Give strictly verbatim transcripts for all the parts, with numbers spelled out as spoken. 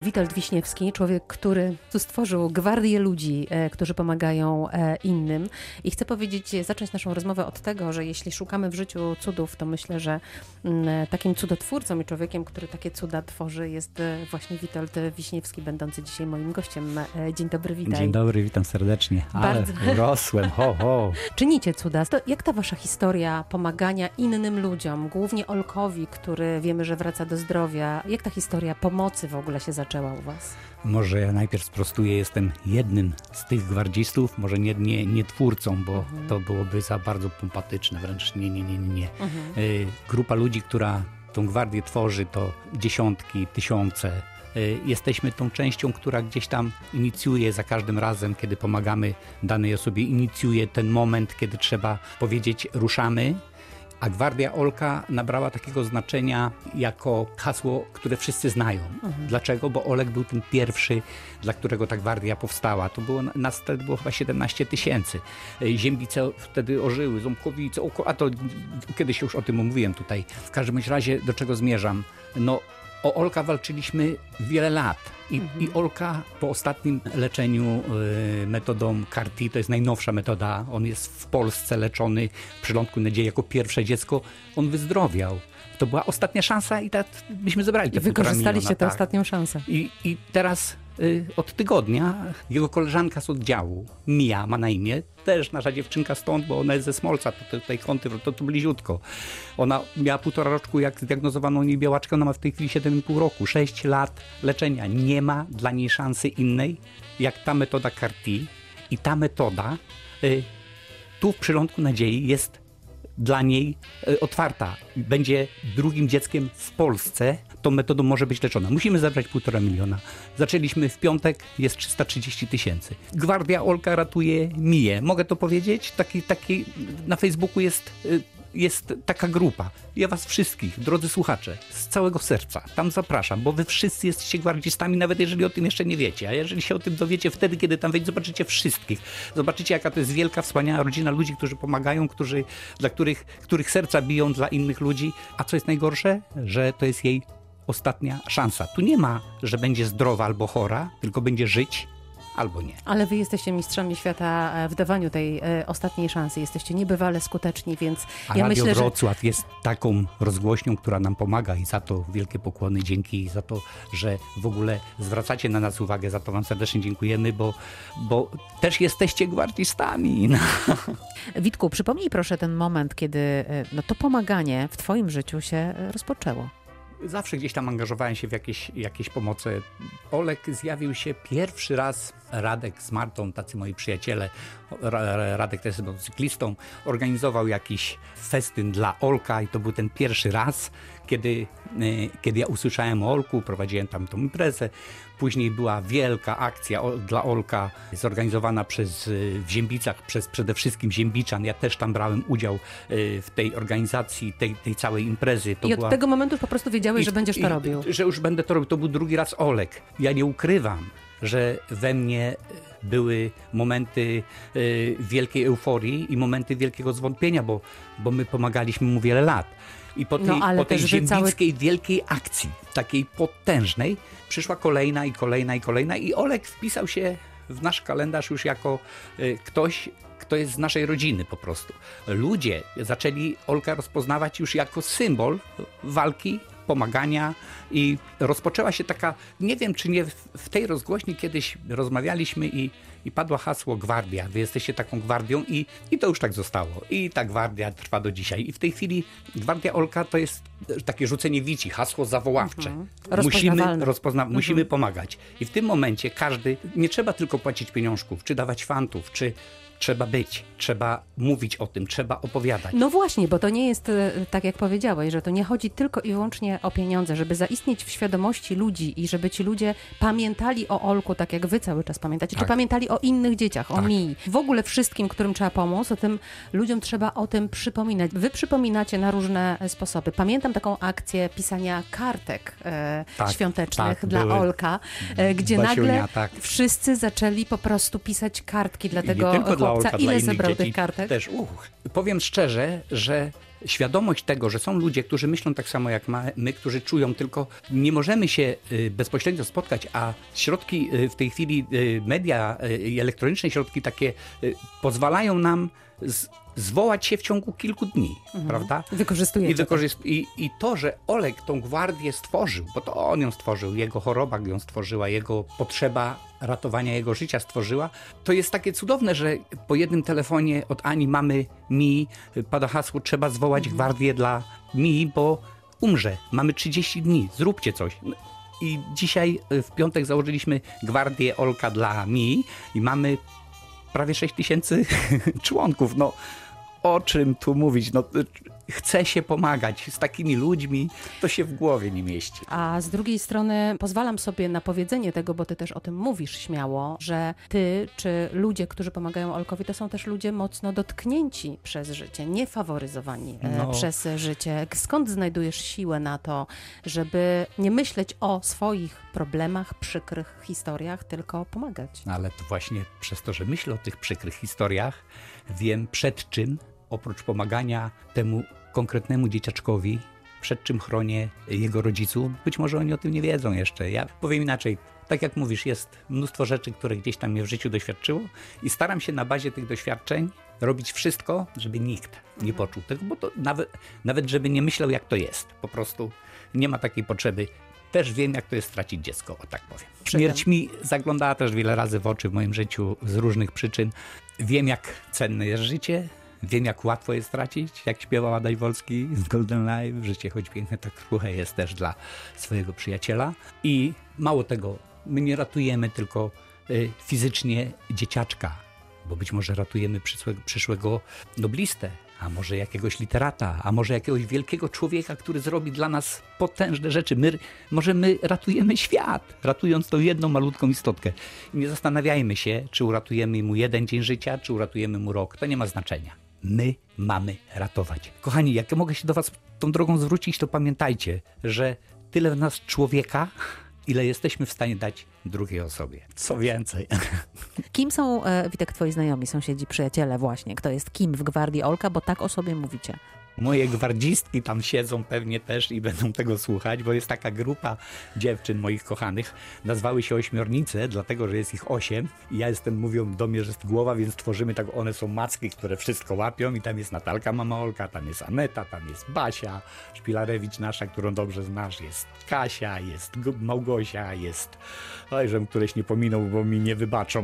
Witold Wiśniewski, człowiek, który tu stworzył gwardię ludzi, e, którzy pomagają e, innym. I chcę powiedzieć, zacząć naszą rozmowę od tego, że jeśli szukamy w życiu cudów, to myślę, że m, takim cudotwórcą i człowiekiem, który takie cuda tworzy, jest e, właśnie Witold Wiśniewski, będący dzisiaj moim gościem. E, dzień dobry, witaj. Dzień dobry, witam serdecznie. Bardzo. Ale rosłem, ho, ho. Czynicie cuda. To jak ta wasza historia pomagania innym ludziom, głównie Olkowi, który wiemy, że wraca do zdrowia, jak ta historia pomocy w ogóle się zaczęła u was? Może ja najpierw sprostuję, jestem jednym z tych gwardzistów, może nie, nie, nie twórcą, bo mhm. to byłoby za bardzo pompatyczne, wręcz nie, nie, nie, nie. nie. Mhm. Y, grupa ludzi, która tą gwardię tworzy, to dziesiątki, tysiące. Y, jesteśmy tą częścią, która gdzieś tam inicjuje za każdym razem, kiedy pomagamy danej osobie, inicjuje ten moment, kiedy trzeba powiedzieć ruszamy. A Gwardia Olka nabrała takiego znaczenia jako hasło, które wszyscy znają. Mhm. Dlaczego? Bo Olek był ten pierwszy, dla którego ta gwardia powstała. To było, nas wtedy było chyba siedemnaście tysięcy. Ziembice wtedy ożyły, Ząbkowice, a to kiedyś już o tym mówiłem tutaj. W każdym razie do czego zmierzam? No, o Olka walczyliśmy wiele lat i, mhm. i Olka po ostatnim leczeniu y, metodą C A R T, to jest najnowsza metoda, on jest w Polsce leczony w Przylądku Nadziei jako pierwsze dziecko, on wyzdrowiał. To była ostatnia szansa i tak byśmy zebrali te I wykorzystaliście tę tak. ostatnią szansę. I, i teraz y, od tygodnia jego koleżanka z oddziału, Mia ma na imię, też nasza dziewczynka stąd, bo ona jest ze Smolca, to tutaj kąty, to, to bliziutko. Ona miała półtora roczku, jak zdiagnozowano u niej białaczkę, ona ma w tej chwili siedem i pół roku, sześć lat leczenia. Nie ma dla niej szansy innej, jak ta metoda C A R T. I ta metoda y, tu w Przylądku Nadziei jest dla niej y, otwarta. Będzie drugim dzieckiem w Polsce. Tą metodą może być leczona. Musimy zebrać półtora miliona. Zaczęliśmy w piątek, jest trzysta trzydzieści tysięcy. Gwardia Olka ratuje Miję. Mogę to powiedzieć? Taki, taki, na Facebooku jest, y, jest taka grupa. Ja was wszystkich, drodzy słuchacze, z całego serca tam zapraszam, bo wy wszyscy jesteście gwardzistami, nawet jeżeli o tym jeszcze nie wiecie. A jeżeli się o tym dowiecie wtedy, kiedy tam wejdziecie, zobaczycie wszystkich. Zobaczycie, jaka to jest wielka, wspaniała rodzina ludzi, którzy pomagają, którzy, dla których, których serca biją dla innych ludzi. A co jest najgorsze? Że to jest jej ostatnia szansa. Tu nie ma, że będzie zdrowa albo chora, tylko będzie żyć albo nie. Ale wy jesteście mistrzami świata w dawaniu tej e, ostatniej szansy. Jesteście niebywale skuteczni, więc A ja Radio myślę, że... Wrocław jest taką rozgłośnią, która nam pomaga i za to wielkie pokłony, dzięki za to, że w ogóle zwracacie na nas uwagę, za to wam serdecznie dziękujemy, bo, bo też jesteście gwardzistami. No. Witku, przypomnij proszę ten moment, kiedy no, to pomaganie w twoim życiu się rozpoczęło. Zawsze gdzieś tam angażowałem się w jakieś, jakieś pomocy. Olek zjawił się pierwszy raz, Radek z Martą, tacy moi przyjaciele, Radek też był cyklistą, organizował jakiś festyn dla Olka i to był ten pierwszy raz, kiedy, kiedy ja usłyszałem o Olku, prowadziłem tam tą imprezę. Później była wielka akcja dla Olka zorganizowana przez, w Ziębicach przez przede wszystkim Ziębiczan. Ja też tam brałem udział w tej organizacji, tej, tej całej imprezy. To I od była... tego momentu po prostu wiedziałeś, I, że będziesz to i, robił. Że już będę to robił. To był drugi raz Olek. Ja nie ukrywam, że we mnie były momenty y, wielkiej euforii i momenty wielkiego zwątpienia, bo, bo my pomagaliśmy mu wiele lat. I po tej, no, po tej ziębickiej cały... wielkiej akcji, takiej potężnej, przyszła kolejna i kolejna i kolejna i Olek wpisał się w nasz kalendarz już jako y, ktoś, kto jest z naszej rodziny po prostu. Ludzie zaczęli Olka rozpoznawać już jako symbol walki, pomagania i rozpoczęła się taka, nie wiem czy nie w tej rozgłośni kiedyś rozmawialiśmy i, i padło hasło Gwardia, wy jesteście taką gwardią i, i to już tak zostało. I ta gwardia trwa do dzisiaj. I w tej chwili Gwardia Olka to jest takie rzucenie wici, hasło zawoławcze. Mhm. Musimy, rozpozna- mhm. musimy pomagać. I w tym momencie każdy, nie trzeba tylko płacić pieniążków, czy dawać fantów, czy trzeba być, trzeba mówić o tym, trzeba opowiadać. No właśnie, bo to nie jest tak jak powiedziałeś, że to nie chodzi tylko i wyłącznie o pieniądze, żeby zaistnieć w świadomości ludzi i żeby ci ludzie pamiętali o Olku, tak jak wy cały czas pamiętacie, tak. Czy pamiętali o innych dzieciach, tak. O Mii. W ogóle wszystkim, którym trzeba pomóc, o tym ludziom trzeba o tym przypominać. Wy przypominacie na różne sposoby. Pamiętam taką akcję pisania kartek e, tak, świątecznych tak, dla Olka, e, gdzie Basiunia, nagle tak. wszyscy zaczęli po prostu pisać kartki dla tego chłopca. Olka, ile zebrał tych kartek? Też, uch. Powiem szczerze, że świadomość tego, że są ludzie, którzy myślą tak samo jak my, którzy czują, tylko nie możemy się bezpośrednio spotkać, a środki w tej chwili, media i elektroniczne środki takie pozwalają nam z, zwołać się w ciągu kilku dni, mhm. prawda? Wykorzystujecie I, wykorzyst- i, I to, że Oleg tą gwardię stworzył, bo to on ją stworzył, jego choroba ją stworzyła, jego potrzeba ratowania jego życia stworzyła, to jest takie cudowne, że po jednym telefonie od Ani mamy mi, pada hasło, trzeba zwołać mhm. gwardię dla mi, bo umrze. Mamy trzydzieści dni, zróbcie coś. I dzisiaj w piątek założyliśmy gwardię Olka dla mi i mamy prawie sześć tysięcy członków. No, o czym tu mówić? No, chce się pomagać z takimi ludźmi, to się w głowie nie mieści. A z drugiej strony pozwalam sobie na powiedzenie tego, bo ty też o tym mówisz śmiało, że ty czy ludzie, którzy pomagają Olkowi, to są też ludzie mocno dotknięci przez życie, niefaworyzowani no. przez życie. Skąd znajdujesz siłę na to, żeby nie myśleć o swoich problemach, przykrych historiach, tylko pomagać? Ale to właśnie przez to, że myślę o tych przykrych historiach, wiem przed czym, oprócz pomagania temu konkretnemu dzieciaczkowi, przed czym chronię jego rodziców. Być może oni o tym nie wiedzą jeszcze. Ja powiem inaczej. Tak jak mówisz, jest mnóstwo rzeczy, które gdzieś tam mnie w życiu doświadczyło i staram się na bazie tych doświadczeń robić wszystko, żeby nikt nie poczuł tego, bo to nawet, nawet żeby nie myślał, jak to jest. Po prostu nie ma takiej potrzeby. Też wiem, jak to jest stracić dziecko, o tak powiem. Śmierć mi zaglądała też wiele razy w oczy w moim życiu z różnych przyczyn. Wiem, jak cenne jest życie. Wiem, jak łatwo jest stracić, jak śpiewał Adaś Wolski z Golden Live. Życie, choć piękne, tak kruche jest też dla swojego przyjaciela. I mało tego, my nie ratujemy tylko y, fizycznie dzieciaczka, bo być może ratujemy przyszłego, przyszłego noblistę, a może jakiegoś literata, a może jakiegoś wielkiego człowieka, który zrobi dla nas potężne rzeczy. My, może my ratujemy świat, ratując tą jedną malutką istotkę. I nie zastanawiajmy się, czy uratujemy mu jeden dzień życia, czy uratujemy mu rok. To nie ma znaczenia. My mamy ratować. Kochani, jak ja mogę się do was tą drogą zwrócić, to pamiętajcie, że tyle w nas człowieka, ile jesteśmy w stanie dać drugiej osobie. Co więcej. Kim są, Witek, twoi znajomi, sąsiedzi, przyjaciele właśnie? Kto jest kim w Gwardii Olka? Bo tak o sobie mówicie. Moje gwardzistki tam siedzą pewnie też i będą tego słuchać, bo jest taka grupa dziewczyn moich kochanych. Nazwały się Ośmiornice, dlatego, że jest ich osiem. I ja jestem, mówią do mnie, że jest głowa, więc tworzymy tak, one są macki, które wszystko łapią i tam jest Natalka, mama Olka, tam jest Aneta, tam jest Basia, Szpilarewicz nasza, którą dobrze znasz, jest Kasia, jest Małgosia, jest... Oj, żebym któreś nie pominął, bo mi nie wybaczą.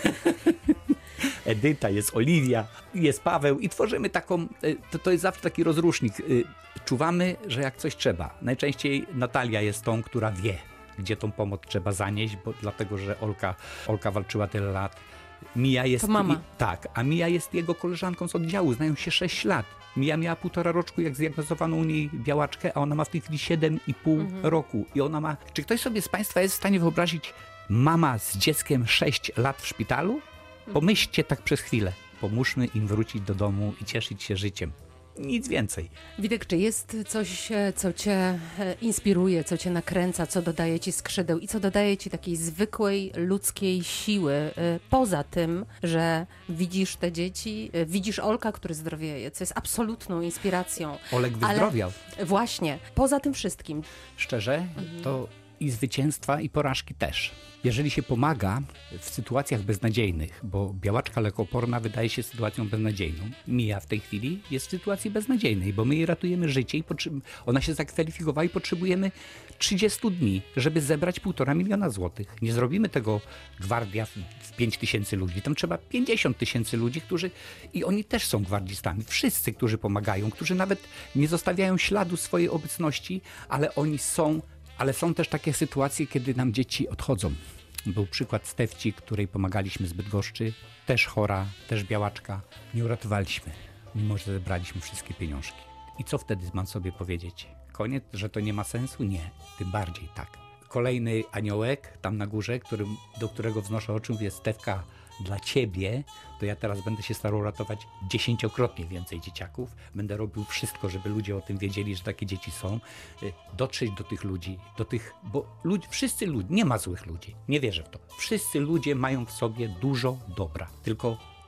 Edyta, jest Oliwia, jest Paweł i tworzymy taką, to, to jest zawsze taki rozrusznik. Czuwamy, że jak coś trzeba. Najczęściej Natalia jest tą, która wie, gdzie tą pomoc trzeba zanieść, bo dlatego, że Olka, Olka walczyła tyle lat. Mija jest... To mama. I, tak, a Mija jest jego koleżanką z oddziału, znają się sześć lat. Mija miała półtora roczku, jak zdiagnozowano u niej białaczkę, a ona ma w tej chwili siedem i pół mhm. roku. I ona ma... Czy ktoś sobie z państwa jest w stanie wyobrazić mama z dzieckiem sześć lat w szpitalu? Pomyślcie tak przez chwilę. Pomóżmy im wrócić do domu i cieszyć się życiem. Nic więcej. Witek, czy jest coś, co cię inspiruje, co cię nakręca, co dodaje ci skrzydeł i co dodaje ci takiej zwykłej ludzkiej siły, poza tym, że widzisz te dzieci, widzisz Olka, który zdrowieje, co jest absolutną inspiracją. Olek wyzdrowiał. Ale właśnie, poza tym wszystkim. Szczerze, mhm. to i zwycięstwa, i porażki też. Jeżeli się pomaga w sytuacjach beznadziejnych, bo białaczka lekooporna wydaje się sytuacją beznadziejną, Mija w tej chwili jest w sytuacji beznadziejnej, bo my jej ratujemy życie i potrzeb- ona się zakwalifikowała i potrzebujemy trzydzieści dni, żeby zebrać półtora miliona złotych. Nie zrobimy tego gwardia w pięć tysięcy ludzi, tam trzeba pięćdziesiąt tysięcy ludzi, którzy i oni też są gwardzistami. Wszyscy, którzy pomagają, którzy nawet nie zostawiają śladu swojej obecności, ale oni są. Ale są też takie sytuacje, kiedy nam dzieci odchodzą. Był przykład Stefci, której pomagaliśmy z Bydgoszczy, też chora, też białaczka. Nie uratowaliśmy, mimo że zebraliśmy wszystkie pieniążki. I co wtedy mam sobie powiedzieć? Koniec, że to nie ma sensu? Nie, tym bardziej tak. Kolejny aniołek tam na górze, którym, do którego wznoszę oczy, jest Stefka, dla ciebie, to ja teraz będę się starał ratować dziesięciokrotnie więcej dzieciaków. Będę robił wszystko, żeby ludzie o tym wiedzieli, że takie dzieci są. Dotrzeć do tych ludzi, do tych, bo ludzi, wszyscy ludzie, nie ma złych ludzi, nie wierzę w to. Wszyscy ludzie mają w sobie dużo dobra, tylko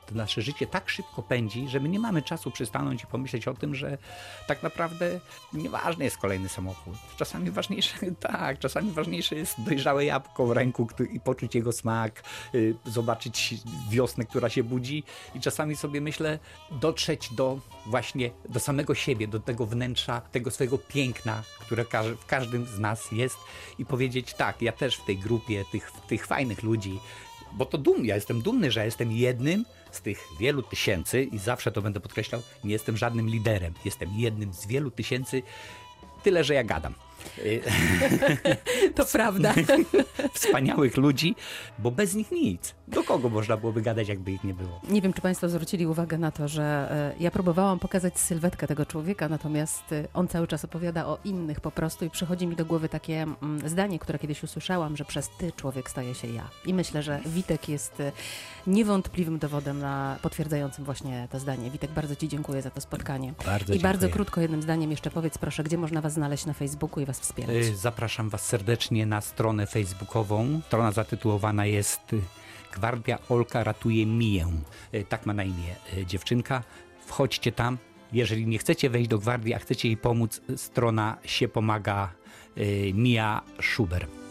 to nasze życie tak szybko pędzi, że my nie mamy czasu przystanąć i pomyśleć o tym, że tak naprawdę nieważny jest kolejny samochód. Czasami ważniejsze, tak, czasami ważniejsze jest dojrzałe jabłko w ręku i poczuć jego smak, yy, zobaczyć wiosnę, która się budzi i czasami sobie myślę, dotrzeć do właśnie, do samego siebie, do tego wnętrza, tego swojego piękna, które w każdym z nas jest i powiedzieć tak, ja też w tej grupie tych, tych fajnych ludzi, bo to dumny, ja jestem dumny, że jestem jednym z tych wielu tysięcy i zawsze to będę podkreślał, nie jestem żadnym liderem, jestem jednym z wielu tysięcy, tyle, że ja gadam. To prawda. Wspaniałych ludzi, bo bez nich nic. Do kogo można byłoby gadać, jakby ich nie było? Nie wiem, czy Państwo zwrócili uwagę na to, że ja próbowałam pokazać sylwetkę tego człowieka, natomiast on cały czas opowiada o innych po prostu i przychodzi mi do głowy takie zdanie, które kiedyś usłyszałam, że przez ty człowiek staje się ja. I myślę, że Witek jest niewątpliwym dowodem na potwierdzającym właśnie to zdanie. Witek, bardzo Ci dziękuję za to spotkanie. Bardzo I dziękuję. bardzo krótko jednym zdaniem jeszcze powiedz proszę, gdzie można Was znaleźć na Facebooku i Was wspierać. Zapraszam Was serdecznie na stronę facebookową. Strona zatytułowana jest Gwardia Olka ratuje Miję. Tak ma na imię dziewczynka. Wchodźcie tam. Jeżeli nie chcecie wejść do Gwardii, a chcecie jej pomóc, strona się pomaga Mia Schuber.